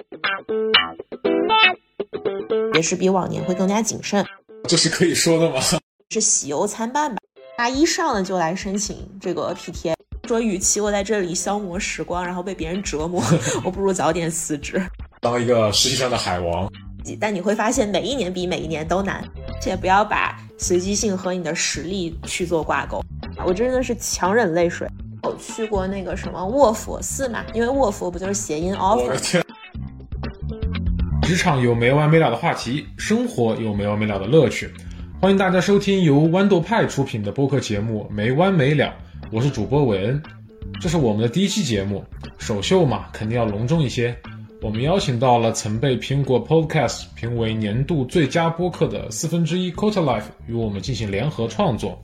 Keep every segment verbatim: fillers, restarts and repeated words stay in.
也是比往年会更加谨慎。 这是可以说的吗？ 是喜忧参半吧。大一上了就来申请这个 P T A， 说与其我在这里消磨时光，然后被别人折磨，我不如早点辞职， 当一个实习生的海王。 但你会发现每一年比每一年都难，且不要把随机性和你的实力去做挂钩。我真的是强忍泪水。我去过那个什么卧佛寺嘛，因为卧佛不就是谐音 offer。 我的天！职场有没完没了的话题，生活有没完没了的乐趣。欢迎大家收听由豌豆派出品的播客节目《没完没了》，我是主播韦恩。这是我们的第一期节目，首秀嘛，肯定要隆重一些。我们邀请到了曾被苹果 Podcast 评为年度最佳播客的四分之一 Quarter Life 与我们进行联合创作。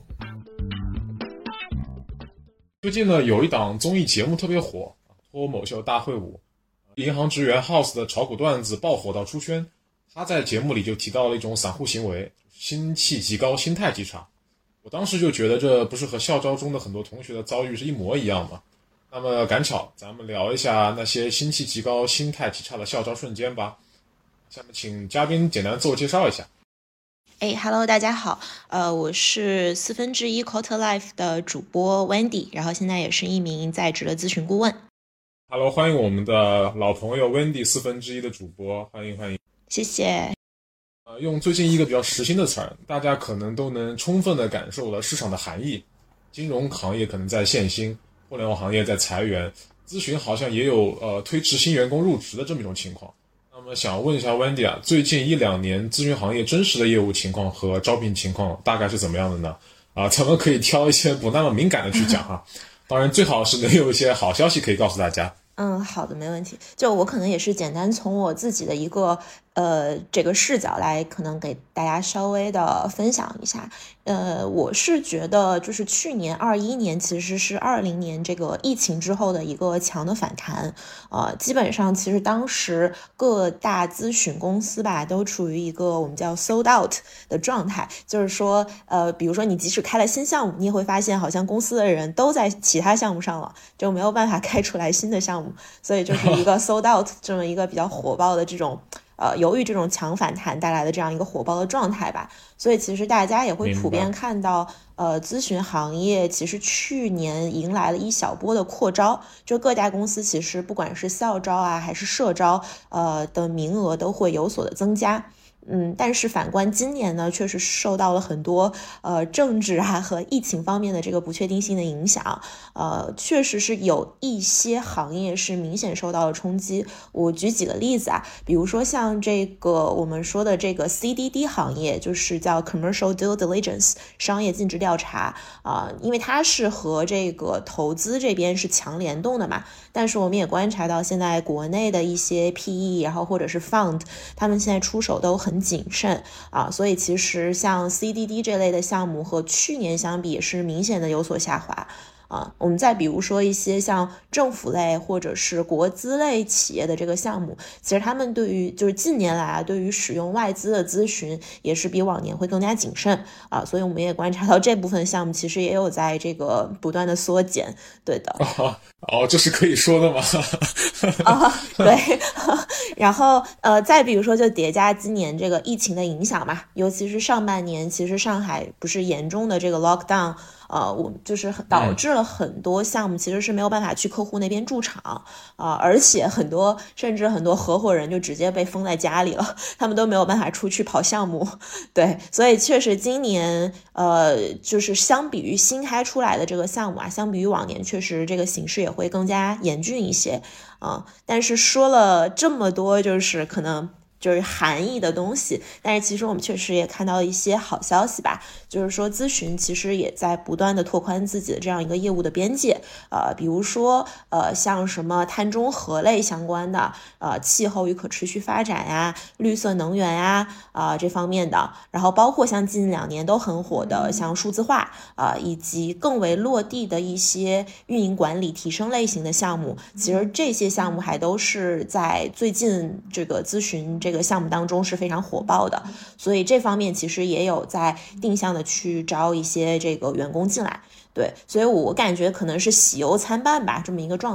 最近呢，有一档综艺节目特别火，脱某秀大会舞，银行职员 House 的炒股段子爆火到出圈。他在节目里就提到了一种散户行为，心气极高，心态极差。我当时就觉得这不是和校招中的很多同学的遭遇是一模一样吗？那么赶巧，咱们聊一下那些心气极高、心态极差的校招瞬间吧。下面请嘉宾简单自我介绍一下。 哎 ，Hello， 大家好，呃，我是四分之一 Quarter Life 的主播 Wendy， 然后现在也是一名在职的咨询顾问。 Hello， 欢迎我们的老朋友 Wendy 四分之一的主播，欢迎欢迎。 谢谢。 呃，用最近一个比较时兴的词儿，大家可能都能充分的感受了市场的含义。金融行业可能在限薪，互联网行业在裁员，咨询好像也有呃推迟新员工入职的这么一种情况。那么想问一下 Wendy 啊，最近一两年咨询行业真实的业务情况和招聘情况大概是怎么样的呢？啊、呃，咱们可以挑一些不那么敏感的去讲哈。当然最好是能有一些好消息可以告诉大家。 嗯，好的，没问题。就我可能也是简单从我自己的一个呃这个视角来，可能给大家稍微的分享一下。呃，我是觉得就是去年二一年其实是二零年这个疫情之后的一个强的反弹。呃，基本上其实当时各大咨询公司吧都处于一个我们叫 sold out 的状态，就是说呃，比如说你即使开了新项目，你也会发现好像公司的人都在其他项目上了，就没有办法开出来新的项目。所以就是一个 sold out 这么一个比较火爆的这种呃，由于这种强反弹带来的这样一个火爆的状态吧，所以其实大家也会普遍看到呃，咨询行业其实去年迎来了一小波的扩招，就各家公司其实不管是校招啊还是社招呃的名额都会有所的增加。嗯，但是反观今年呢，确实受到了很多呃政治啊和疫情方面的这个不确定性的影响，呃，确实是有一些行业是明显受到了冲击。我举几个例子啊，比如说像这个我们说的这个 C D D 行业，就是叫 Commercial Due Diligence 商业尽职调查啊、呃，因为它是和这个投资这边是强联动的嘛。但是我们也观察到，现在国内的一些 P E， 然后或者是 Fund， 他们现在出手都很谨慎啊，所以其实像 C D D 这类的项目和去年相比也是明显的有所下滑。啊，我们再比如说一些像政府类或者是国资类企业的这个项目，其实他们对于就是近年来啊，对于使用外资的咨询也是比往年会更加谨慎啊，所以我们也观察到这部分项目其实也有在这个不断的缩减。对的。 哦，哦，这是可以说的吗？ 啊，对。然后呃，再比如说就叠加今年这个疫情的影响嘛，尤其是上半年，其实上海不是严重的这个 lockdown。呃，我就是导致了很多项目其实是没有办法去客户那边驻场啊、呃，而且很多甚至很多合伙人就直接被封在家里了，他们都没有办法出去跑项目。对，所以确实今年呃，就是相比于新开出来的这个项目啊，相比于往年，确实这个形势也会更加严峻一些啊、呃。但是说了这么多，就是可能。就是含义的东西，但是其实我们确实也看到了一些好消息吧，就是说咨询其实也在不断的拓宽自己的这样一个业务的边界，呃，比如说呃像什么碳中和类相关的，呃气候与可持续发展呀、绿色能源呀啊、呃、这方面的，然后包括像近两年都很火的像数字化啊、呃、以及更为落地的一些运营管理提升类型的项目，其实这些项目还都是在最近这个咨询这个。这个项目当中是非常火爆的，所以这方面其实也有在定向的去招一些这个员工进来。对，所以我感觉可能是喜忧参半吧，这么一个状态。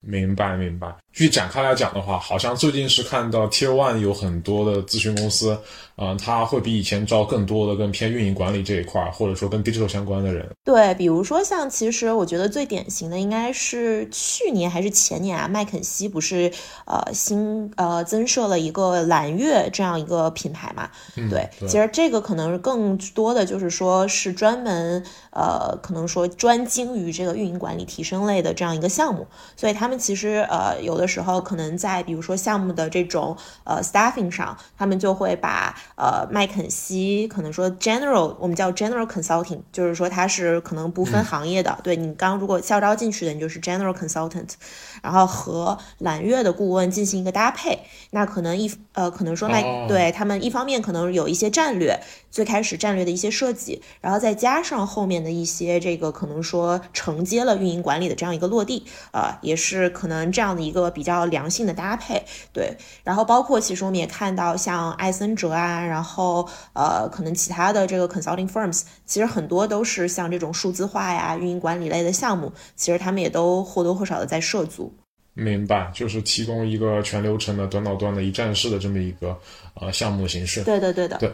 明白明白。具体展开来讲的话，好像最近是看到 Tier One 有很多的咨询公司，嗯、呃，它会比以前招更多的更偏运营管理这一块，或者说跟 digital 相关的人。 对，比如说像其实我觉得最典型的应该是去年还是前年啊，麦肯锡不是呃新呃增设了一个蓝月这样一个品牌嘛？ 嗯、 对， 对， 其实这个可能更多的就是说是专门呃可能说专精于这个运营管理提升类的这样一个项目，所以他们其实呃有的时候可能在比如说项目的这种呃 staffing 上，他们就会把呃麦肯锡可能说 general 我们叫 general consulting， 就是说它是可能不分行业的，嗯、对你刚如果校招进去的，你就是 general consultant， 然后和蓝月的顾问进行一个搭配，那可能一呃可能说麦、哦、对他们一方面可能有一些战略，最开始战略的一些设计，然后再加上后面的一些这个可能说承接了运营管理的这样一个落地，呃也是可能这样的一个比较良性的搭配，对，然后包括其实我们也看到像艾森哲啊，然后呃可能其他的这个 consulting firms， 其实很多都是像这种数字化呀、运营管理类的项目，其实他们也都或多或少的在涉足。 明白，就是提供一个全流程的短导端的一站式的这么一个呃项目形式。 对的对的。 对。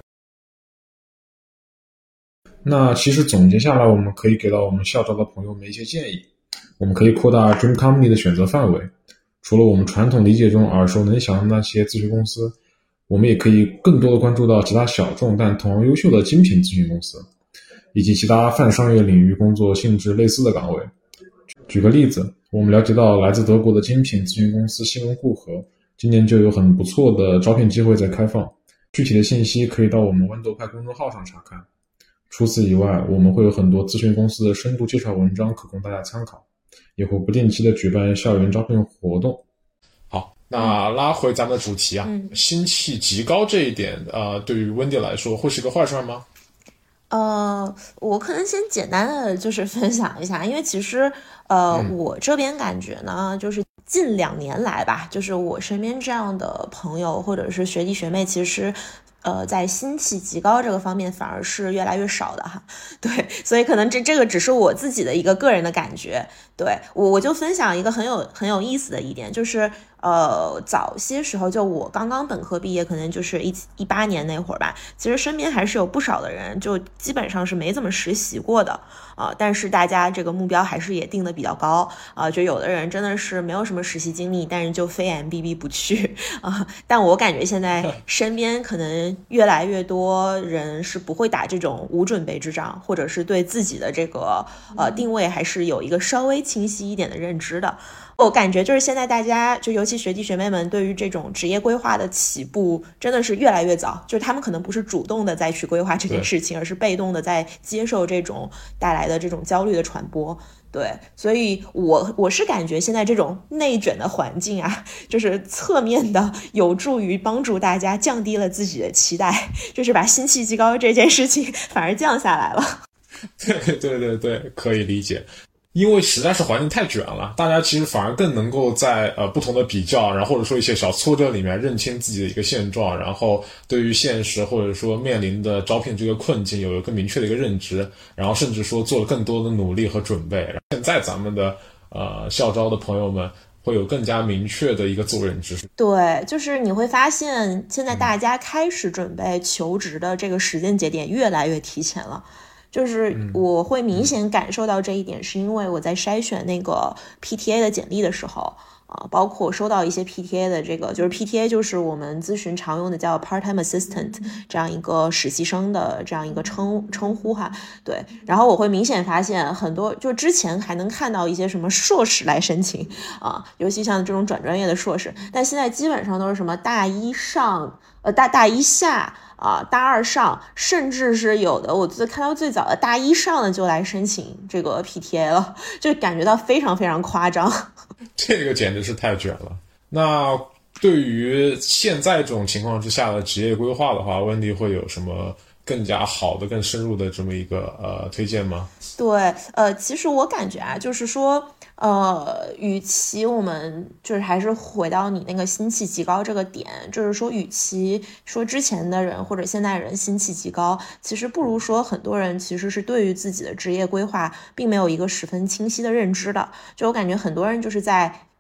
那其实总结下来，我们可以给到我们校招的朋友们一些建议。我们可以扩大 Dream Company 的选择范围，除了我们传统理解中耳熟能详的那些咨询公司，我们也可以更多的关注到其他小众但同样优秀的精品咨询公司，以及其他泛商业领域工作性质类似的岗位。举个例子，我们了解到来自德国的精品咨询公司新闻顾和今年就有很不错的招聘机会在开放，具体的信息可以到我们豌豆派公众号上查看。除此以外，我们会有很多咨询公司的深度介绍文章可供大家参考，也会不定期的举办校园招聘活动。好，那拉回咱们的主题啊，嗯、心气极高这一点，呃，对于 Wendy 来说会是个坏事吗？ 呃，我可能先简单的就是分享一下，因为其实呃、嗯，我这边感觉呢，就是近两年来吧，就是我身边这样的朋友或者是学弟学妹，其实呃，在心气极高这个方面反而是越来越少的哈。对，所以可能这这个只是我自己的一个个人的感觉。对，我我就分享一个很有很有意思的一点，就是呃，早些时候就我刚刚本科毕业，可能就是一一八年那会儿吧，其实身边还是有不少的人，就基本上是没怎么实习过的啊、呃。但是大家这个目标还是也定的比较高啊、呃，就有的人真的是没有什么实习经历，但是就非 M B B 不去啊、呃。但我感觉现在身边可能越来越多人是不会打这种无准备之仗，或者是对自己的这个呃定位还是有一个稍微清晰一点的认知的。我感觉就是现在大家就尤其学弟学妹们对于这种职业规划的起步真的是越来越早，就是他们可能不是主动的再去规划这件事情，而是被动的在接受这种带来的这种焦虑的传播。对，所以我我是感觉现在这种内卷的环境啊，就是侧面的有助于帮助大家降低了自己的期待，就是把心气极高这件事情反而降下来了。 对对对对，可以理解。因为实在是环境太卷了，大家其实反而更能够在呃不同的比较，然后或者说一些小挫折里面认清自己的一个现状，然后对于现实或者说面临的招聘这个困境有一个更明确的一个认知，然后甚至说做了更多的努力和准备。现在咱们的呃校招的朋友们会有更加明确的一个自我认知。 对，就是你会发现现在大家开始准备求职的这个时间节点越来越提前了。就是我会明显感受到这一点，是因为我在筛选那个 P T A 的简历的时候啊，包括收到一些 P T A 的这个，就是 P T A 就是我们咨询常用的叫 part-time assistant 这样一个实习生的这样一个称称呼哈。对，然后我会明显发现很多，就之前还能看到一些什么硕士来申请啊，尤其像这种转专业的硕士，但现在基本上都是什么大一上，呃大大一下。啊，大二上，甚至是有的，我最看到最早的大一上的就来申请这个 P T A 了，就感觉到非常非常夸张。 这个简直是太卷了。那对于现在这种情况之下的职业规划的话，温迪会有什么更加好的、更深入的这么一个呃推荐吗？ 对，呃，其实我感觉啊，就是说。呃，与其我们就是还是回到你那个心气极高这个点，就是说，与其说之前的人或者现在人心气极高，其实不如说很多人其实是对于自己的职业规划并没有一个十分清晰的认知的。就我感觉很多人就是在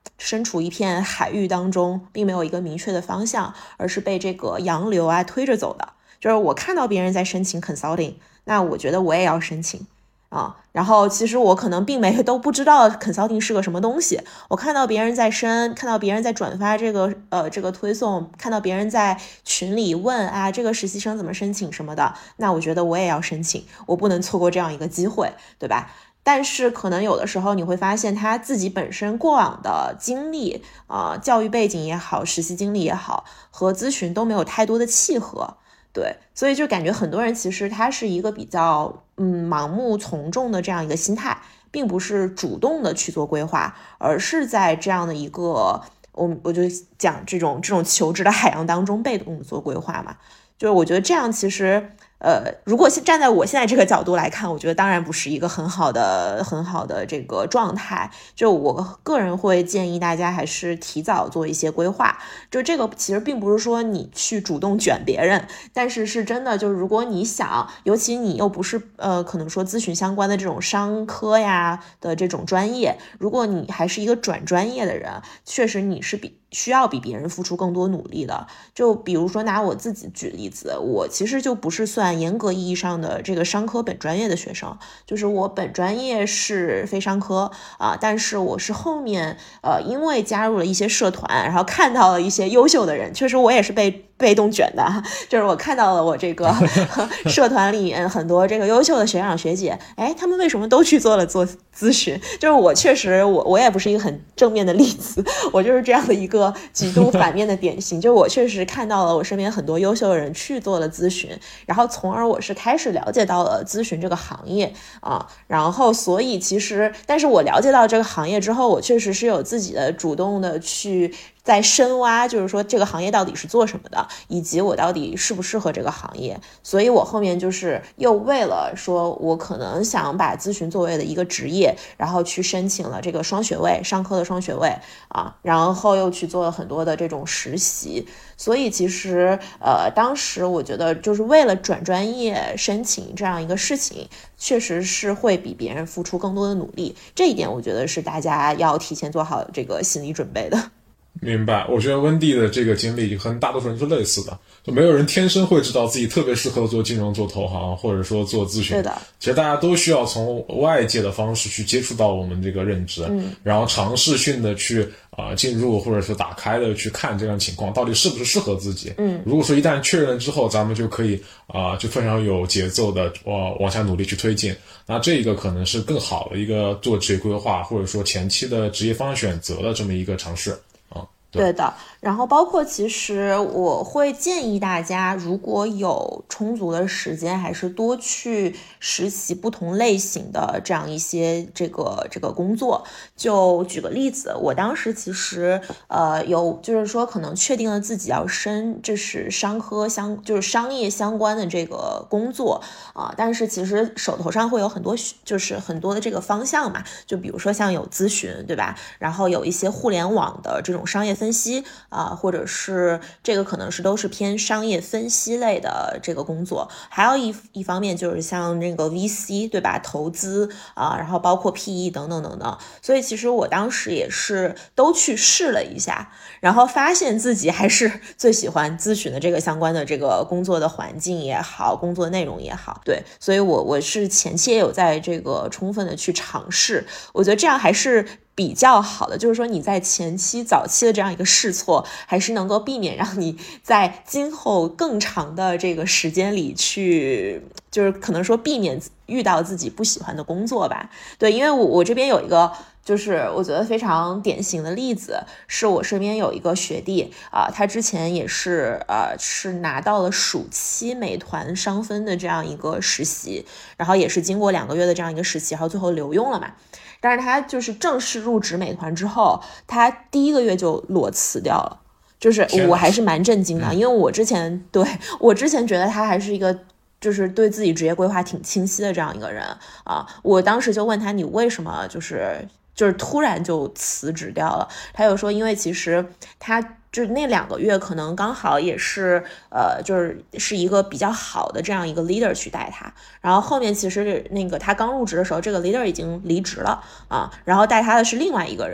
身处一片海域当中，并没有一个明确的方向，而是被这个洋流啊推着走的。就是我看到别人在申请 consulting， 那我觉得我也要申请啊。然后其实我可能并没都不知道 consulting 是个什么东西，我看到别人在申，看到别人在转发这个呃这个推送，看到别人在群里问啊这个实习生怎么申请什么的，那我觉得我也要申请，我不能错过这样一个机会，对吧？但是可能有的时候你会发现他自己本身过往的经历啊、呃，教育背景也好，实习经历也好，和咨询都没有太多的契合。对，所以就感觉很多人其实他是一个比较嗯盲目从众的这样一个心态，并不是主动的去做规划，而是在这样的一个我我就讲这种这种求职的海洋当中被动做规划嘛。就是我觉得这样其实呃，如果站在我现在这个角度来看，我觉得当然不是一个很好的很好的这个状态。就我个人会建议大家还是提早做一些规划。就这个其实并不是说你去主动卷别人，但是是真的，就是如果你想，尤其你又不是呃可能说咨询相关的这种商科呀的这种专业，如果你还是一个转专业的人，确实你是比需要比别人付出更多努力的。就比如说拿我自己举例子，我其实就不是算严格意义上的这个商科本专业的学生，就是我本专业是非商科啊，但是我是后面呃因为加入了一些社团，然后看到了一些优秀的人，确实我也是被被动卷的，就是我看到了我这个社团里面很多这个优秀的学长学姐，哎，他们为什么都去做了做咨询？就是我确实我我也不是一个很正面的例子，我就是这样的一个极度反面的典型。就是我确实看到了我身边很多优秀的人去做了咨询，然后从而我是开始了解到了咨询这个行业啊，然后所以其实，但是我了解到这个行业之后，我确实是有自己的主动的去在深挖，就是说这个行业到底是做什么的，以及我到底适不适合这个行业。所以我后面就是又为了说我可能想把咨询作为的一个职业，然后去申请了这个双学位，商科的双学位啊，然后又去做了很多的这种实习。所以其实呃，当时我觉得就是为了转专业申请这样一个事情，确实是会比别人付出更多的努力，这一点我觉得是大家要提前做好这个心理准备的。 明白，我觉得温蒂的这个经历和大多数人是类似的，就没有人天生会知道自己特别适合做金融、做投行，或者说做咨询。 对的， 其实大家都需要从外界的方式去接触到我们这个认知，嗯，然后尝试性的去啊、呃、进入，或者说打开的去看这样情况到底是不是适合自己。嗯，如果说一旦确认了之后，咱们就可以啊、呃、就非常有节奏的往、呃、往下努力去推进。那这个可能是更好的一个做职业规划，或者说前期的职业方向选择的这么一个尝试。 对的，然后包括其实我会建议大家，如果有充足的时间，还是多去实习不同类型的这样一些这个这个工作。就举个例子，我当时其实呃有就是说可能确定了自己要升这是商科相就是商业相关的这个工作啊、呃，但是其实手头上会有很多就是很多的这个方向嘛，就比如说像有咨询，对吧？然后有一些互联网的这种商业分析啊、呃，或者是这个可能是都是偏商业分析类的这个工作，还有一一方面就是像那个 V C 对吧，投资啊、呃，然后包括 P E 等等等等，所以其实我当时也是都去试了一下，然后发现自己还是最喜欢咨询的这个相关的这个工作的环境也好，工作内容也好，对，所以我我是前期也有在这个充分的去尝试，我觉得这样还是比较好的，就是说你在前期早期的这样一个试错，还是能够避免让你在今后更长的这个时间里去，就是可能说避免遇到自己不喜欢的工作吧。对，因为我我这边有一个就是我觉得非常典型的例子，是我身边有一个学弟啊、呃，他之前也是呃是拿到了暑期美团商分的这样一个实习，然后也是经过两个月的这样一个实习，然后最后留用了嘛。但是他就是正式入职美团之后，他第一个月就裸辞掉了，就是我还是蛮震惊的，因为我之前对我之前觉得他还是一个就是对自己职业规划挺清晰的这样一个人啊，我当时就问他你为什么就是就是突然就辞职掉了，他又说因为其实他就是那两个月可能刚好也是呃就是是一个比较好的这样一个 leader 去带他，然后后面其实那个他刚入职的时候这个 leader 已经离职了啊，然后带他的是另外一个人，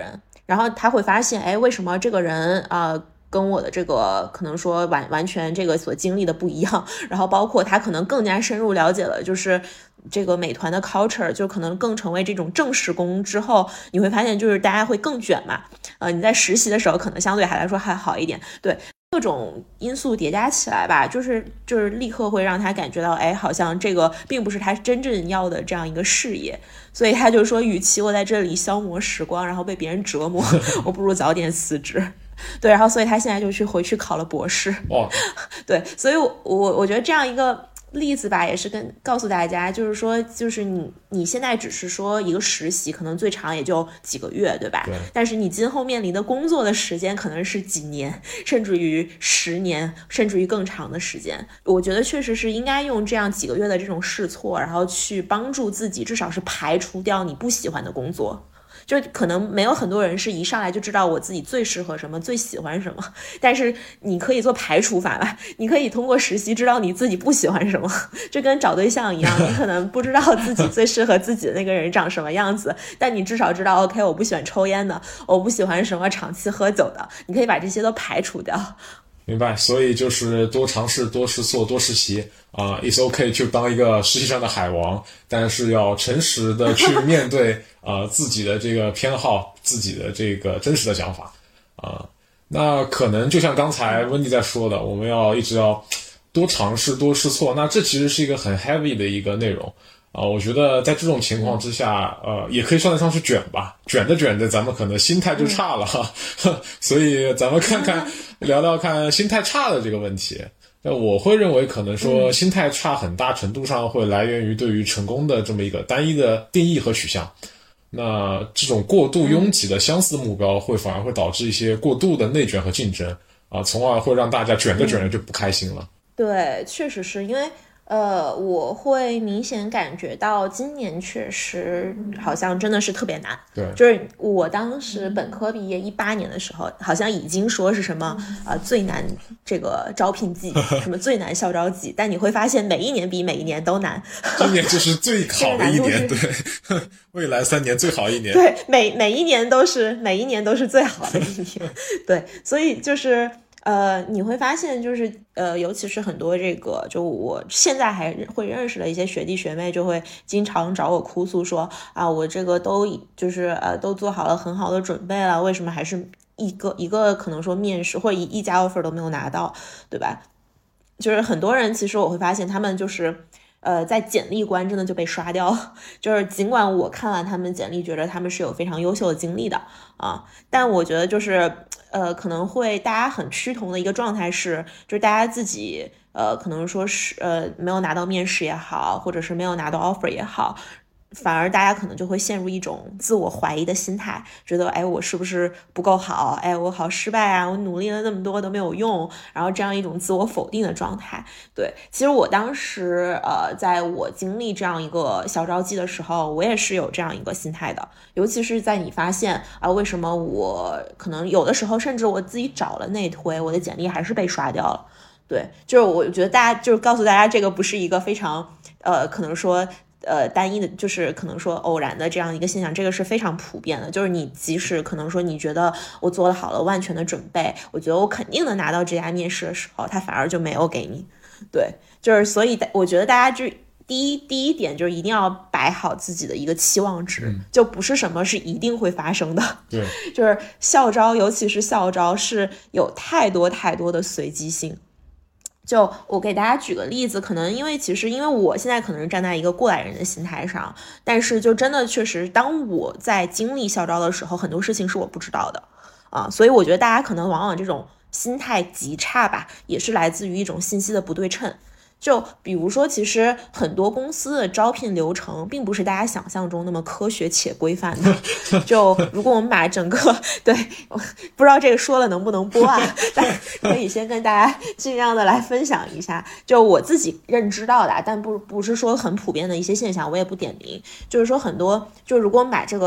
然后他会发现，哎，为什么这个人啊、呃跟我的这个可能说完完全这个所经历的不一样，然后包括他可能更加深入了解了，就是这个美团的 culture， 就可能更成为这种正式工之后，你会发现就是大家会更卷嘛，呃，你在实习的时候可能相对还来说还好一点，对。各种因素叠加起来吧，就是就是立刻会让他感觉到，哎，好像这个并不是他真正要的这样一个事业，所以他就说，与其我在这里消磨时光，然后被别人折磨，我不如早点辞职。对，然后所以他现在就去回去考了博士。 哦， 对，所以我我我觉得这样一个例子吧，也是跟告诉大家，就是说，就是你你现在只是说一个实习，可能最长也就几个月，对吧？ 对。 但是你今后面临的工作的时间可能是几年，甚至于十年，甚至于更长的时间。我觉得确实是应该用这样几个月的这种试错，然后去帮助自己，至少是排除掉你不喜欢的工作。就可能没有很多人是一上来就知道我自己最适合什么，最喜欢什么，但是你可以做排除法吧，你可以通过实习知道你自己不喜欢什么，就跟找对象一样，你可能不知道自己最适合自己的那个人长什么样子，但你至少知道 OK 我不喜欢抽烟的，我不喜欢什么长期喝酒的，你可以把这些都排除掉。 明白，所以就是多尝试、多试错、多实习啊、uh, ，It's OK 去当一个实习上的海王，但是要诚实的去面对啊、呃、自己的这个偏好、自己的这个真实的想法啊、呃。那可能就像刚才温迪在说的，我们要一直要多尝试、多试错。那这其实是一个很 heavy 的一个内容啊、呃。我觉得在这种情况之下，呃，也可以算得上是卷吧。卷着卷着，咱们可能心态就差了哈。嗯、所以咱们看看。聊聊看心态差的这个问题，那我会认为可能说心态差很大程度上会来源于对于成功的这么一个单一的定义和取向。那这种过度拥挤的相似目标会反而会导致一些过度的内卷和竞争啊，从而会让大家卷着卷着就不开心了。 对，确实是因为呃，我会明显感觉到今年确实好像真的是特别难。 对， 就是我当时本科毕业一八年的时候，好像已经说是什么呃最难这个招聘季，什么最难校招季，但你会发现每一年比每一年都难。 今年就是最好的一年，对，未来三年最好一年。 对，每每一年都是每一年都是最好的一年。对，所以就是。呃，你会发现就是呃，尤其是很多这个，就我现在还会认识的一些学弟学妹，就会经常找我哭诉说啊，我这个都就是呃都做好了很好的准备了，为什么还是一个一个可能说面试或者一一家 offer 都没有拿到，对吧？就是很多人其实我会发现他们就是。呃，在简历关真的就被刷掉，就是尽管我看完他们简历，觉得他们是有非常优秀的经历的啊，但我觉得就是呃，可能会大家很趋同的一个状态是，就是大家自己呃，可能说是呃没有拿到面试也好，或者是没有拿到 offer 也好。反而大家可能就会陷入一种自我怀疑的心态，觉得哎我是不是不够好，哎我好失败啊，我努力了那么多都没有用，然后这样一种自我否定的状态。对，其实我当时呃在我经历这样一个校招季的时候，我也是有这样一个心态的，尤其是在你发现啊、呃、为什么我可能有的时候甚至我自己找了那推我的简历还是被刷掉了。对，就是我觉得大家就是告诉大家这个不是一个非常呃可能说呃，单一的，就是可能说偶然的这样一个现象，这个是非常普遍的。就是你即使可能说你觉得我做了好了万全的准备，我觉得我肯定能拿到这家面试的时候，他反而就没有给你。对，就是所以我觉得大家就第一第一点就是一定要摆好自己的一个期望值， 嗯、 就不是什么是一定会发生的。 对， 就是校招，尤其是校招是有太多太多的随机性。就我给大家举个例子，可能因为其实因为我现在可能是站在一个过来人的心态上，但是就真的确实当我在经历校招的时候，很多事情是我不知道的啊，所以我觉得大家可能往往这种心态极差吧，也是来自于一种信息的不对称。就比如说，其实很多公司的招聘流程并不是大家想象中那么科学且规范的。就如果我们把整个对，不知道这个说了能不能播啊？但可以先跟大家尽量的来分享一下，就我自己认知到的，但不不是说很普遍的一些现象，我也不点名。就是说很多，就如果我们把这个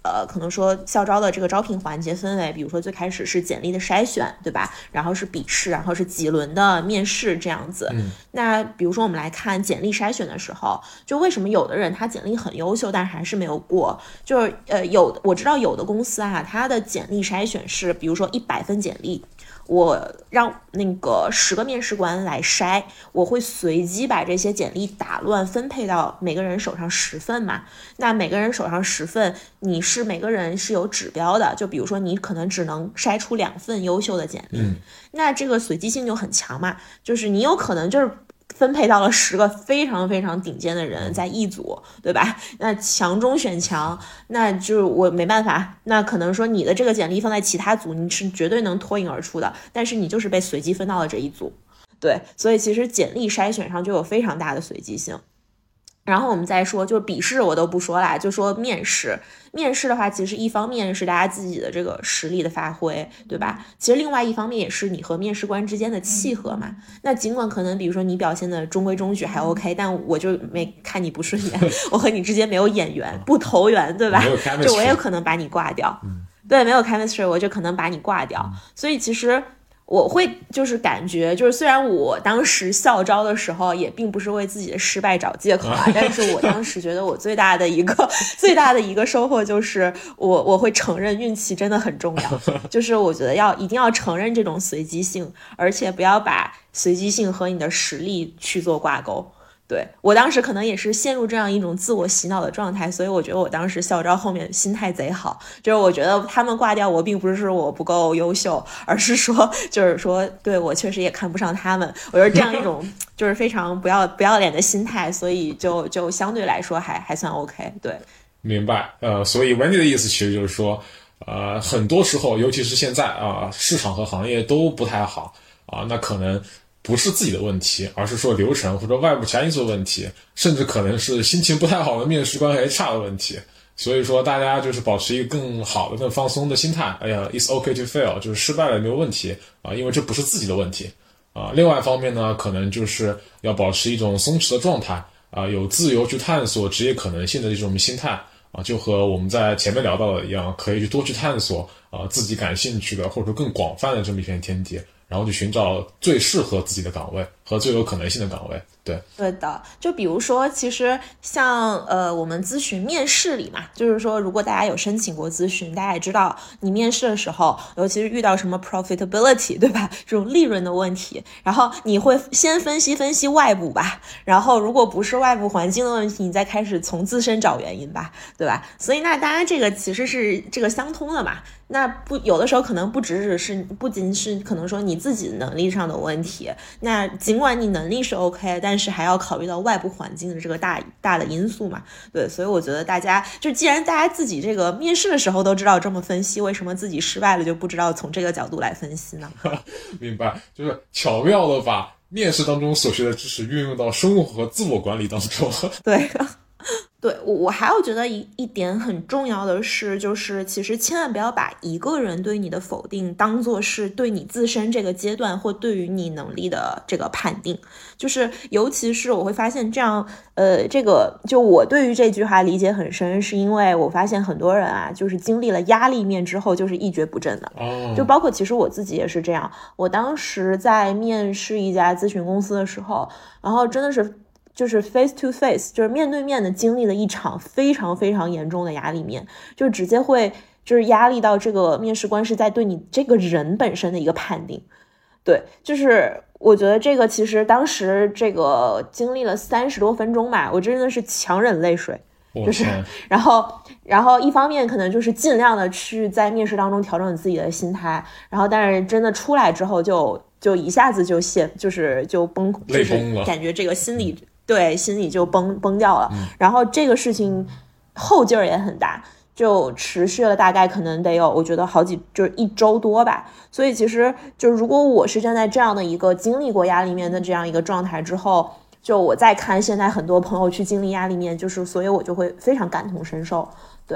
呃，可能说校招的这个招聘环节分为，比如说最开始是简历的筛选，对吧？然后是笔试，然后是几轮的面试这样子。 嗯， 那比如说我们来看简历筛选的时候，就为什么有的人他简历很优秀，但是还是没有过？就是呃，有我知道有的公司啊，它的简历筛选是，比如说一百份简历。我让那个十个面试官来筛，我会随机把这些简历打乱分配到每个人手上十份嘛。那每个人手上十份，你是每个人是有指标的，就比如说你可能只能筛出两份优秀的简历， 嗯， 那这个随机性就很强嘛，就是你有可能就是分配到了十个非常非常顶尖的人在一组，对吧？那强中选强，那就是我没办法，那可能说你的这个简历放在其他组，你是绝对能脱颖而出的，但是你就是被随机分到了这一组，对，所以其实简历筛选上就有非常大的随机性。然后我们再说，就是笔试我都不说啦，就说面试。面试的话，其实一方面是大家自己的这个实力的发挥，对吧？其实另外一方面也是你和面试官之间的契合嘛。那尽管可能比如说你表现的中规中矩还 OK， 但我就没看你不顺眼，我和你之间没有眼缘，不投缘，对吧？就我也可能把你挂掉。 嗯， 对，没有 chemistry， 我就可能把你挂掉。嗯，所以其实我会就是感觉，就是虽然我当时校招的时候也并不是为自己的失败找借口啊，但是我当时觉得我最大的一个最大的一个收获就是我我会承认运气真的很重要，就是我觉得要一定要承认这种随机性，而且不要把随机性和你的实力去做挂钩。对，我当时可能也是陷入这样一种自我洗脑的状态，所以我觉得我当时校招后面心态贼好，就是我觉得他们挂掉我并不是我不够优秀，而是说就是说对我确实也看不上他们，我觉得这样一种就是非常不要不要脸的心态，所以就就相对来说还还算 OK。 对， 明白。呃，所以 Wendy 的意思其实就是说，呃，很多时候尤其是现在啊、呃，市场和行业都不太好啊、呃，那可能不是自己的问题，而是说流程或者外部其他因素的问题，甚至可能是心情不太好的面试官和 H R 的问题。所以说大家就是保持一个更好的更放松的心态，哎呀 it's okay to fail， 就是失败了也没有问题啊，因为这不是自己的问题啊。另外一方面呢，可能就是要保持一种松弛的状态啊，有自由去探索职业可能性的这种心态啊，就和我们在前面聊到的一样，可以去多去探索啊自己感兴趣的或者说更广泛的这么一片天地，然后去寻找最适合自己的岗位和最有可能性的岗位。对， 对的，就比如说，其实像呃，我们咨询面试里嘛，就是说，如果大家有申请过咨询，大家也知道，你面试的时候，尤其是遇到什么 profitability， 对吧？这种利润的问题，然后你会先分析分析外部吧，然后如果不是外部环境的问题，你再开始从自身找原因吧，对吧？所以那当然这个其实是这个相通的嘛。那不有的时候可能不只只是不仅是可能说你自己能力上的问题，那尽管你能力是 OK， 但是还要考虑到外部环境的这个大大的因素嘛。对，所以我觉得大家就既然大家自己这个面试的时候都知道这么分析，为什么自己失败了就不知道从这个角度来分析呢？ 明白，就是巧妙的把面试当中所学的知识运用到生活和自我管理当中。 对。对，我我还有觉得一一点很重要的是，就是其实千万不要把一个人对你的否定当作是对你自身这个阶段或对于你能力的这个判定，就是尤其是我会发现这样，呃，这个就我对于这句话理解很深，是因为我发现很多人啊，就是经历了压力面之后就是一蹶不振的， 哦， 就包括其实我自己也是这样，我当时在面试一家咨询公司的时候，然后真的是。就是 face to face， 就是面对面的经历了一场非常非常严重的压力面，就直接会就是压力到这个面试官是在对你这个人本身的一个判定。对，就是我觉得这个其实当时这个经历了三十多分钟吧，我真的是强忍泪水，就是然后然后一方面可能就是尽量的去在面试当中调整自己的心态，然后但是真的出来之后就就一下子就泄就是就崩，就是感觉这个心理。嗯，对，心里就崩崩掉了， 嗯， 然后这个事情后劲儿也很大，就持续了大概可能得有，我觉得好几就是一周多吧。所以其实就如果我是站在这样的一个经历过压力面的这样一个状态之后，就我再看现在很多朋友去经历压力面，就是所以我就会非常感同身受。对，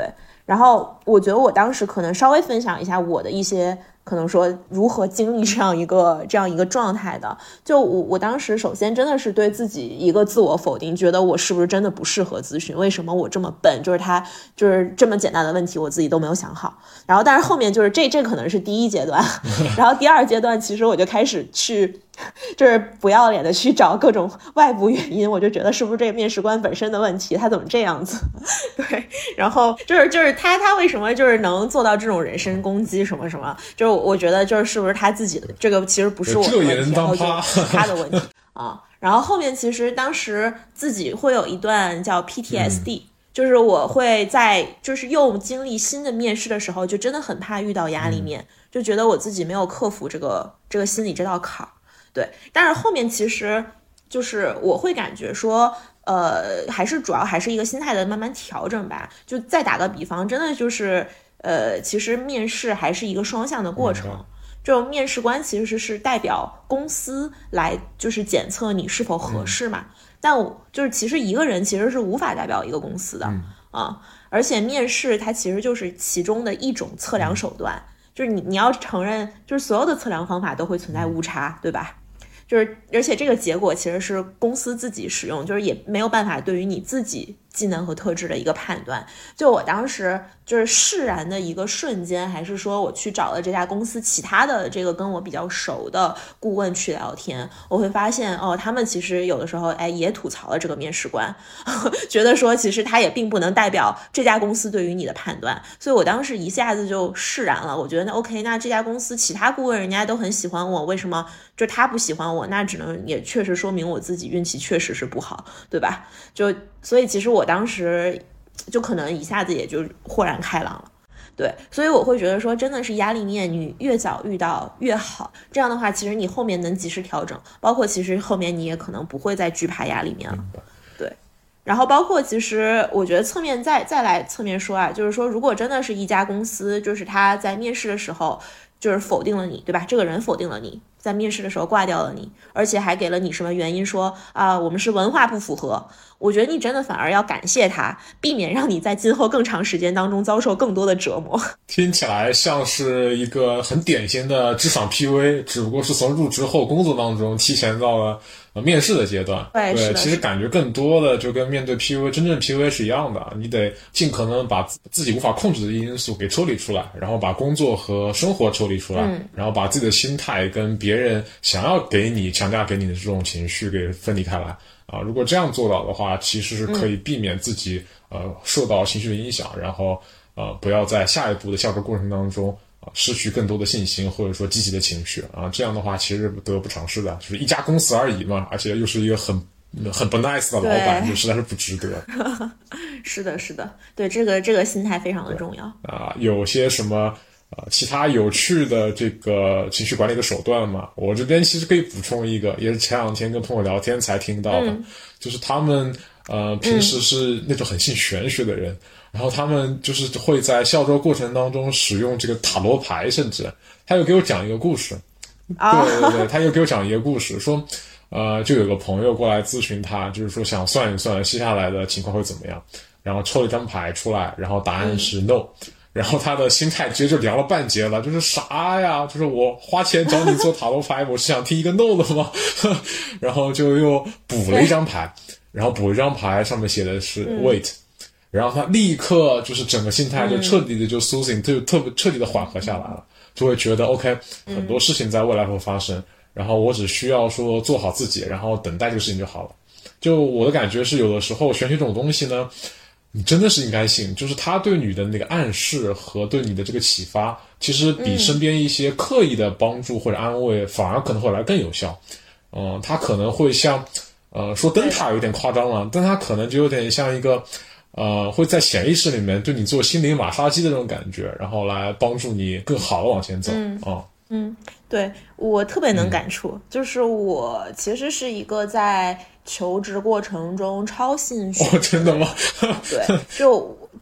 然后我觉得我当时可能稍微分享一下我的一些可能说如何经历这样一个这样一个状态的。就我我当时首先真的是对自己一个自我否定，觉得我是不是真的不适合咨询，为什么我这么笨，就是他就是这么简单的问题我自己都没有想好。然后但是后面就是这这可能是第一阶段，然后第二阶段其实我就开始去就是不要脸的去找各种外部原因，我就觉得是不是这个面试官本身的问题，他怎么这样子。对，然后就是就是他他为什么就是能做到这种人身攻击什么什么，就是我觉得就是是不是他自己的这个其实不是我的问题，然后就是他的问题啊。然后后面其实当时自己会有一段叫 P T S D、嗯、就是我会在就是又经历新的面试的时候，就真的很怕遇到压力面、嗯、就觉得我自己没有克服这个这个心理这道坎儿。对，但是后面其实就是我会感觉说呃，还是主要还是一个心态的慢慢调整吧。就再打个比方，真的就是呃，其实面试还是一个双向的过程、嗯、就面试官其实是代表公司来就是检测你是否合适嘛、嗯、但我就是其实一个人其实是无法代表一个公司的、嗯、啊，而且面试它其实就是其中的一种测量手段、嗯、就是你你要承认就是所有的测量方法都会存在误差、嗯、对吧，就是而且这个结果其实是公司自己使用，就是也没有办法对于你自己技能和特质的一个判断。就我当时就是释然的一个瞬间，还是说我去找了这家公司其他的这个跟我比较熟的顾问去聊天，我会发现哦，他们其实有的时候哎也吐槽了这个面试官，觉得说其实他也并不能代表这家公司对于你的判断。所以我当时一下子就释然了，我觉得那 OK， 那这家公司其他顾问人家都很喜欢我，为什么就他不喜欢我？那只能也确实说明我自己运气确实是不好，对吧？就所以其实我当时就可能一下子也就豁然开朗了。对，所以我会觉得说真的是压力面你越早遇到越好，这样的话其实你后面能及时调整，包括其实后面你也可能不会再惧怕压力面了。对，然后包括其实我觉得侧面再再来侧面说啊，就是说如果真的是一家公司就是他在面试的时候就是否定了你，对吧，这个人否定了你，在面试的时候挂掉了你，而且还给了你什么原因说啊、呃，我们是文化不符合，我觉得你真的反而要感谢他，避免让你在今后更长时间当中遭受更多的折磨。 听起来像是一个很典型的职场 P U A， 只不过是从入职后工作当中提前到了呃面试的阶段。 对， 对，其实感觉更多的就跟面对 P U A 真正 P U A 是一样的，你得尽可能把自己无法控制的因素给抽离出来，然后把工作和生活抽离出来、嗯、然后把自己的心态跟别人想要给你强加给你的这种情绪给分离开来啊。如果这样做到的话，其实是可以避免自己、嗯、呃受到情绪的影响，然后呃不要在下一步的效果过程当中啊失去更多的信心或者说积极的情绪啊。这样的话其实得不偿失的，就是一家公司而已嘛，而且又是一个很很不 nice 的老板，就实在是不值得。 是的是的，对，这个这个心态非常的重要啊。有些什么呃，其他有趣的这个情绪管理的手段嘛，我这边其实可以补充一个，也是前两天跟朋友聊天才听到的、嗯、就是他们呃平时是那种很信玄学的人、嗯、然后他们就是会在校招过程当中使用这个塔罗牌，甚至他又给我讲一个故事、哦、对对对，他又给我讲一个故事，说呃就有个朋友过来咨询他，就是说想算一算接下来的情况会怎么样，然后抽了一张牌出来，然后答案是 no、嗯，然后他的心态直接就凉了半截了，就是啥呀？就是我花钱找你做塔罗牌，我是想听一个 no 的吗？然后就又补了一张牌，然后补一张牌上面写的是 wait，、嗯、然后他立刻就是整个心态就彻底的就 soothing，、嗯、就特别彻底的缓和下来了，就会觉得 OK， 很多事情在未来会发生、嗯，然后我只需要说做好自己，然后等待这个事情就好了。就我的感觉是，有的时候玄学这种东西呢，你真的是应该信，就是他对你的那个暗示和对你的这个启发，其实比身边一些刻意的帮助或者安慰、嗯、反而可能会来更有效。嗯、呃，他可能会像呃说灯塔有点夸张了，但他可能就有点像一个呃会在潜意识里面对你做心灵马杀鸡的那种感觉，然后来帮助你更好的往前走。嗯啊。 嗯，对，我特别能感触、嗯、就是我其实是一个在求职过程中超信玄学、 哦，真的吗？ 对，就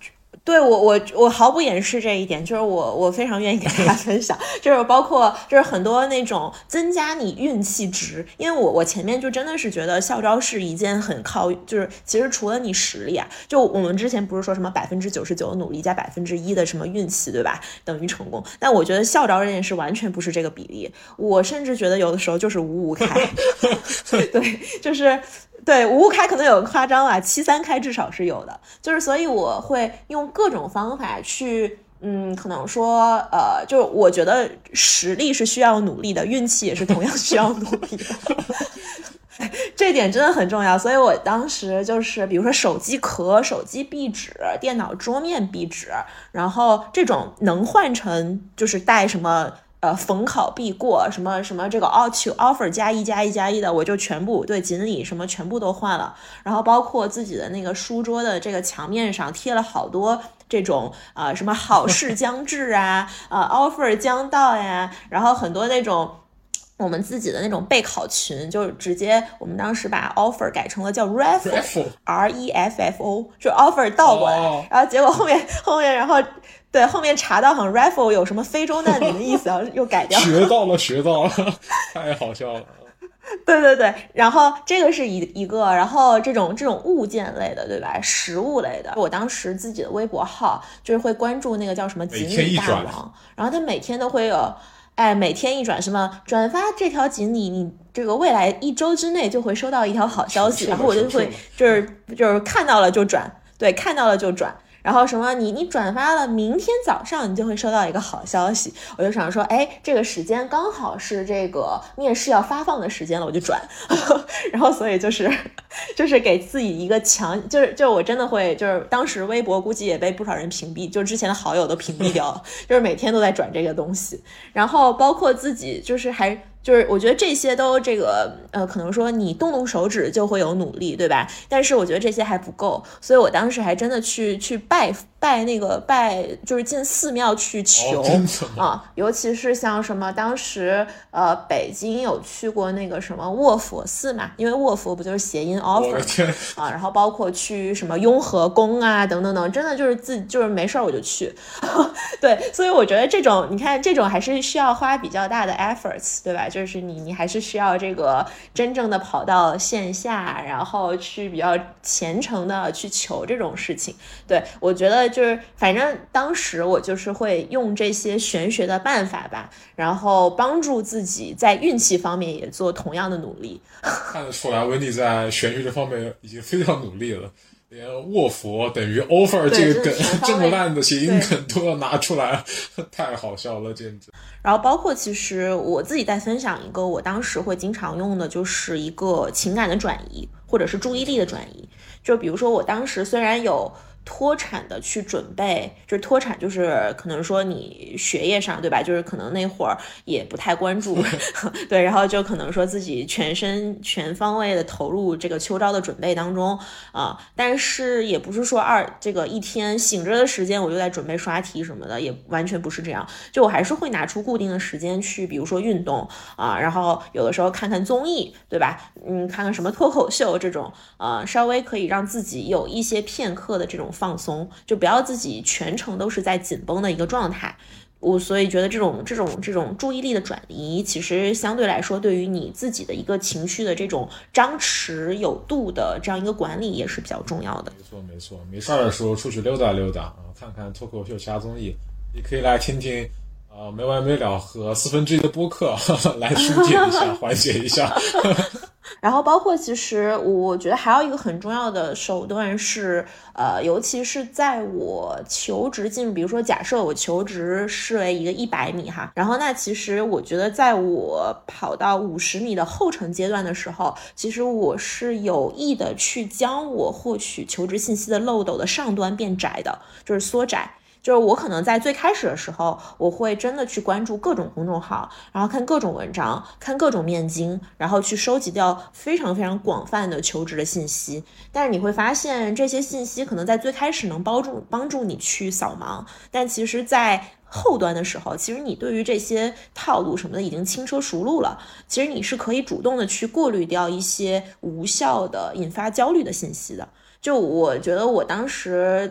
对我我我毫不掩饰这一点，就是我我非常愿意给大家分享，就是包括就是很多那种增加你运气值，因为我我前面就真的是觉得校招是一件很靠，就是其实除了你实力啊，就我们之前不是说什么百分之九十九的努力加百分之一的什么运气，对吧，等于成功，但我觉得校招这件事完全不是这个比例，我甚至觉得有的时候就是五五开，对，就是。对，五五开可能有夸张啊，七三开至少是有的，就是所以我会用各种方法去，嗯，可能说，呃，就是我觉得实力是需要努力的，运气也是同样需要努力的，这点真的很重要。所以我当时就是，比如说手机壳、手机壁纸、电脑桌面壁纸，然后这种能换成就是带什么。呃，逢考必过，什么什么这个 offer 加一加一加一的，我就全部对锦鲤什么全部都换了，然后包括自己的那个书桌的这个墙面上贴了好多这种啊、呃、什么好事将至啊，啊、呃、offer 将到呀，然后很多那种。我们自己的那种备考群，就直接我们当时把 offer 改成了叫 raffle R E F F O， 就 offer 倒过来，哦、然后结果后面后面然后对后面查到好像 raffle 有什么非洲难民的意思，然后又改掉了。 学到了，学到了，太好笑了。 对对对，然后这个是一一个，然后这种这种物件类的，对吧？实物类的，我当时自己的微博号就是会关注那个叫什么锦鲤大王，然后他每天都会有。哎，每天一转什么转发这条锦鲤，你这个未来一周之内就会收到一条好消息，然后我就会就是就是看到了就转，对，看到了就转。然后什么你你转发了，明天早上你就会收到一个好消息，我就想说，哎，这个时间刚好是这个面试要发放的时间了，我就转，然后所以就是就是给自己一个强，就是就我真的会就是当时微博估计也被不少人屏蔽，就之前的好友都屏蔽掉了，就是每天都在转这个东西，然后包括自己就是还。就是我觉得这些都这个呃，可能说你动动手指就会有努力，对吧？但是我觉得这些还不够，所以我当时还真的去去拜拜那个拜，就是进寺庙去求、 哦、 啊，尤其是像什么当时呃北京有去过那个什么卧佛寺嘛，因为卧佛不就是谐音 offer 啊，然后包括去什么雍和宫啊等等等，真的就是自就是没事儿我就去，对，所以我觉得这种你看这种还是需要花比较大的 efforts， 对吧？就是你你还是需要这个真正的跑到线下，然后去比较虔诚的去求这种事情。对，我觉得就是反正当时我就是会用这些玄学的办法吧，然后帮助自己在运气方面也做同样的努力。 看得出来温迪在玄学这方面已经非常努力了，连卧佛等于 offer 这个梗这么烂的谐音梗都要拿出来，太好笑了简直。 然后包括其实我自己在分享一个我当时会经常用的，就是一个情感的转移或者是注意力的转移。就比如说我当时虽然有脱产的去准备，就是脱产就是可能说你学业上对吧，就是可能那会儿也不太关注对，然后就可能说自己全身全方位的投入这个秋招的准备当中啊、呃，但是也不是说二这个一天醒着的时间我就在准备刷题什么的，也完全不是这样，就我还是会拿出固定的时间去比如说运动啊、呃，然后有的时候看看综艺对吧，嗯，看看什么脱口秀这种啊、呃，稍微可以让自己有一些片刻的这种放松，就不要自己全程都是在紧绷的一个状态。我所以觉得这种这种这种注意力的转移，其实相对来说对于你自己的一个情绪的这种张弛有度的这样一个管理也是比较重要的。 没错没错，没事的时候出去溜达溜达啊，看看脱口秀、其综艺，也可以来听听啊、呃、没完没了和四分之一的播客呵呵来疏解一下缓解一下然后包括其实我觉得还有一个很重要的手段是呃，尤其是在我求职进入，比如说假设我求职视为一个一百米哈，然后那其实我觉得在我跑到五十米的后程阶段的时候，其实我是有意的去将我获取求职信息的漏斗的上端变窄的，就是缩窄。就是我可能在最开始的时候，我会真的去关注各种公众号，然后看各种文章，看各种面经，然后去收集掉非常非常广泛的求职的信息。但是你会发现这些信息可能在最开始能帮助帮助你去扫盲，但其实在后端的时候，其实你对于这些套路什么的已经轻车熟路了，其实你是可以主动的去过滤掉一些无效的引发焦虑的信息的。就我觉得我当时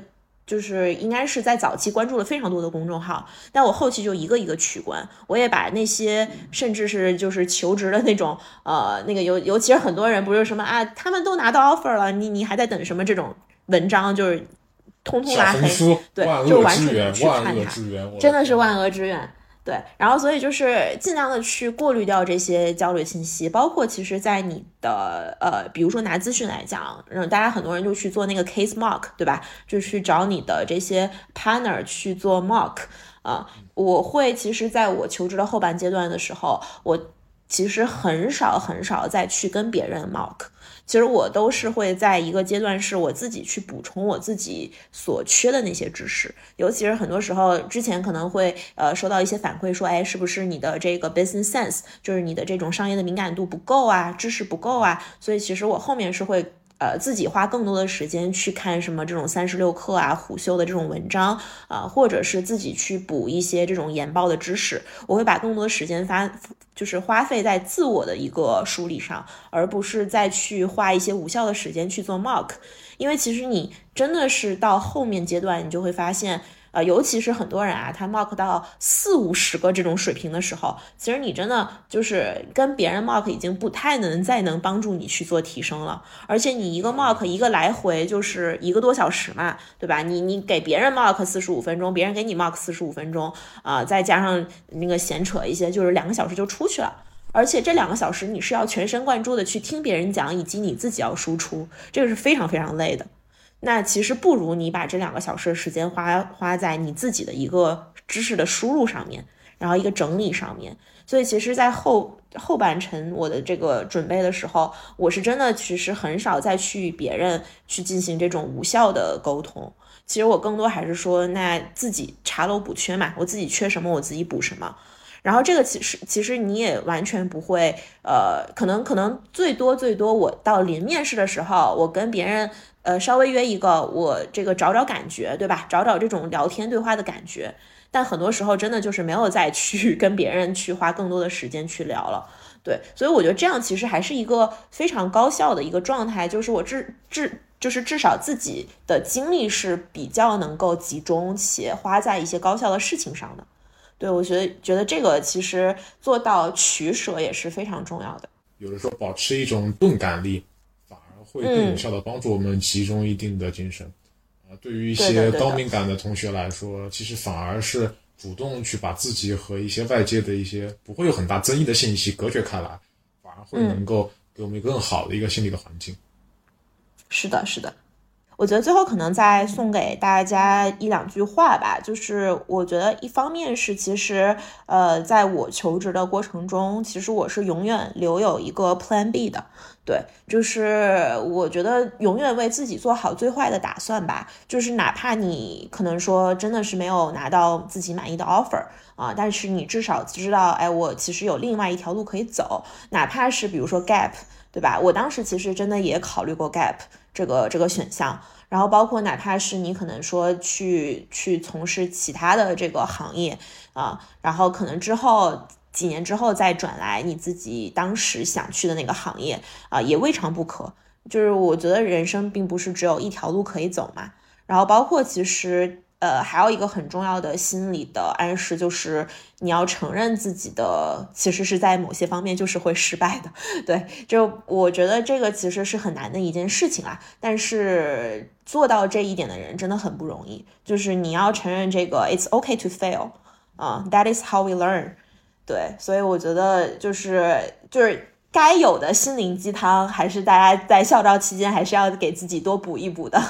就是应该是在早期关注了非常多的公众号，但我后期就一个一个取关，我也把那些甚至是就是求职的那种呃那个尤尤其是很多人不是什么啊，他们都拿到 offer 了，你你还在等什么这种文章，就是通通拉黑，对，就完全不去看它，真的是万恶之源。对，然后所以就是尽量的去过滤掉这些焦虑信息，包括其实在你的呃，比如说拿资讯来讲，嗯，大家很多人就去做那个 case mock， 对吧？就去找你的这些 partner 去做 mock 啊、呃。我会其实在我求职的后半阶段的时候，我其实很少很少再去跟别人 mock。其实我都是会在一个阶段是我自己去补充我自己所缺的那些知识，尤其是很多时候之前可能会呃收到一些反馈说，哎，是不是你的这个 business sense， 就是你的这种商业的敏感度不够啊，知识不够啊，所以其实我后面是会呃，自己花更多的时间去看什么这种三十六课啊、虎嗅的这种文章啊、呃，或者是自己去补一些这种研报的知识。我会把更多的时间发，就是花费在自我的一个梳理上，而不是再去花一些无效的时间去做 mock。因为其实你真的是到后面阶段，你就会发现。呃，尤其是很多人啊，他 mock 到四五十个这种水平的时候，其实你真的就是跟别人 mock 已经不太能再能帮助你去做提升了。而且你一个 mock 一个来回就是一个多小时嘛，对吧？你你给别人 mock 四十五分钟，别人给你 mock 四十五分钟啊、呃，再加上那个闲扯一些，就是两个小时就出去了。而且这两个小时你是要全神贯注的去听别人讲，以及你自己要输出，这个是非常非常累的。那其实不如你把这两个小时的时间花花在你自己的一个知识的输入上面，然后一个整理上面。所以其实在后后半程我的这个准备的时候，我是真的其实很少再去与别人去进行这种无效的沟通。其实我更多还是说，那自己查漏补缺嘛，我自己缺什么我自己补什么。然后这个其实其实你也完全不会，呃，可能可能最多最多我到临面试的时候，我跟别人呃稍微约一个，我这个找找感觉，对吧？找找这种聊天对话的感觉。但很多时候真的就是没有再去跟别人去花更多的时间去聊了。对，所以我觉得这样其实还是一个非常高效的一个状态，就是我至至就是至少自己的精力是比较能够集中且花在一些高效的事情上的。对，我觉得觉得这个其实做到取舍也是非常重要的。 有的时候保持一种钝感力，反而会更有效的帮助我们集中一定的精神。啊、嗯，对于一些高敏感的同学来说，其实反而是主动去把自己和一些外界的一些不会有很大争议的信息隔绝开来，反而会能够给我们更好的一个心理的环境。嗯、 是的，是的。我觉得最后可能再送给大家一两句话吧，就是我觉得一方面是其实呃，在我求职的过程中，其实我是永远留有一个 plan B 的，对，就是我觉得永远为自己做好最坏的打算吧，就是哪怕你可能说真的是没有拿到自己满意的 offer 啊，但是你至少知道，哎，我其实有另外一条路可以走，哪怕是比如说 gap， 对吧？我当时其实真的也考虑过 gap。这个这个选项，然后包括哪怕是你可能说去去从事其他的这个行业啊，然后可能之后几年之后再转来你自己当时想去的那个行业啊，也未尝不可。就是我觉得人生并不是只有一条路可以走嘛，然后包括其实呃还有一个很重要的心理的暗示，就是你要承认自己的其实是在某些方面就是会失败的。对，就我觉得这个其实是很难的一件事情啊，但是做到这一点的人真的很不容易，就是你要承认这个 it's okay to fail 啊、uh, that is how we learn。 对，所以我觉得就是就是该有的心灵鸡汤还是大家在校招期间还是要给自己多补一补的。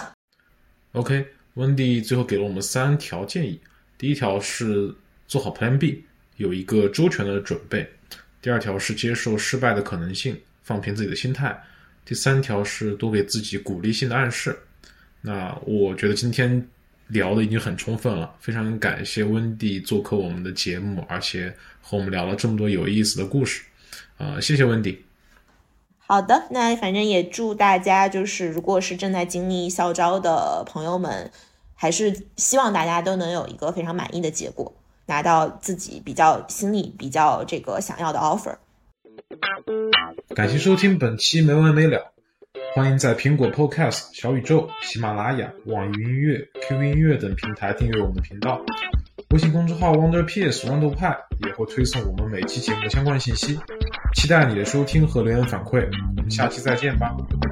OK， Wendy 最后给了我们三条建议。第一条是做好 Plan B， 有一个周全的准备。第二条是接受失败的可能性，放平自己的心态。第三条是多给自己鼓励性的暗示。那我觉得今天聊的已经很充分了，非常感谢温蒂做客我们的节目，而且和我们聊了这么多有意思的故事。呃，谢谢温蒂。 好的，那反正也祝大家就是如果是正在经历校招的朋友们，还是希望大家都能有一个非常满意的结果，拿到自己比较心里比较这个想要的 offer。 感谢收听本期没完没了。 欢迎在苹果 Podcast、小宇宙、喜马拉雅、网易云音乐、Q Q 音乐等平台订阅我们的频道。微信公众号 WonderPS 豌豆派也会推送我们每期节目的相关信息。期待你的收听和留言反馈，我们下期再见吧。